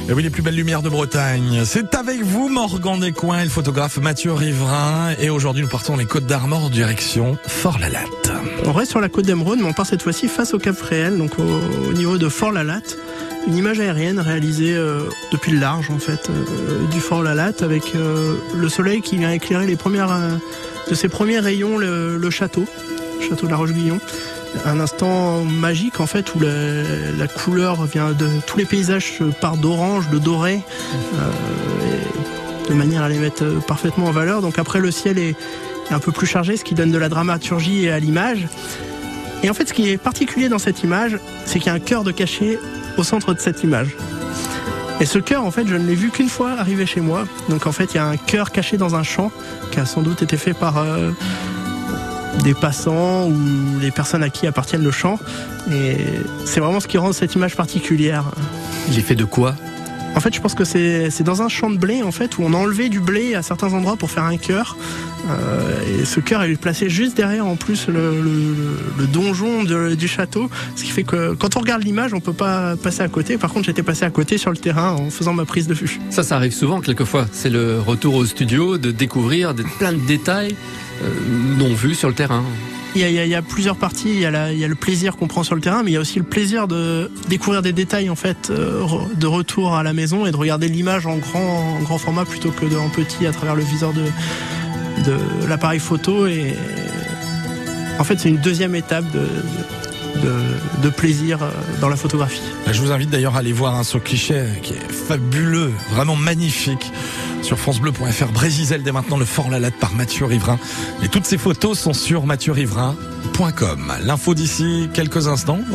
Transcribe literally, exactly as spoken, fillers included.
Et oui, les plus belles lumières de Bretagne. C'est avec vous, Morgan Descoings, et le photographe Mathieu Riverain. Et aujourd'hui, nous partons les Côtes d'Armor, direction Fort-la-Latte. On reste sur la côte d'Emeraude, mais on part cette fois-ci face au Cap Fréhel, donc au, au niveau de Fort-la-Latte. Une image aérienne réalisée euh, depuis le large, en fait, euh, du Fort-la-Latte, avec euh, le soleil qui vient éclairer les premières, euh, de ses premiers rayons le, le château, le château de la Roche-Guyon. Un instant magique, en fait, où la, la couleur vient de tous les paysages partent d'orange, de doré, euh, de manière à les mettre parfaitement en valeur. Donc après, le ciel est, est un peu plus chargé, ce qui donne de la dramaturgie à l'image. Et en fait, ce qui est particulier dans cette image, c'est qu'il y a un cœur de cachet au centre de cette image. Et ce cœur, en fait, je ne l'ai vu qu'une fois arriver chez moi. Donc en fait, il y a un cœur caché dans un champ qui a sans doute été fait par euh, des passants ou les personnes à qui appartiennent le champ. Et c'est vraiment ce qui rend cette image particulière. Il est fait de quoi ? En fait, je pense que c'est, c'est dans un champ de blé, en fait, où on a enlevé du blé à certains endroits pour faire un cœur. Euh, et ce cœur est placé juste derrière, en plus, le, le, le donjon de, du château. Ce qui fait que quand on regarde l'image, on peut pas passer à côté. Par contre, j'étais passé à côté sur le terrain en faisant ma prise de vue. Ça, ça arrive souvent, quelquefois. C'est le retour au studio, de découvrir de, plein de détails euh, non vus sur le terrain. Il y, a, il, y a, il y a plusieurs parties, il y, a la, il y a le plaisir qu'on prend sur le terrain, mais il y a aussi le plaisir de découvrir des détails, en fait, euh, de retour à la maison et de regarder l'image en grand, en grand format plutôt que de, en petit à travers le viseur de, de l'appareil photo. Et en fait, c'est une deuxième étape de, de, de plaisir dans la photographie. Je vous invite d'ailleurs à aller voir un ce cliché qui est fabuleux, vraiment magnifique. Sur francebleu point f r, Brésisel dès maintenant, le Fort-la-Latte par Mathieu Riverain. Et toutes ces photos sont sur mathieu riverain point com. L'info d'ici quelques instants.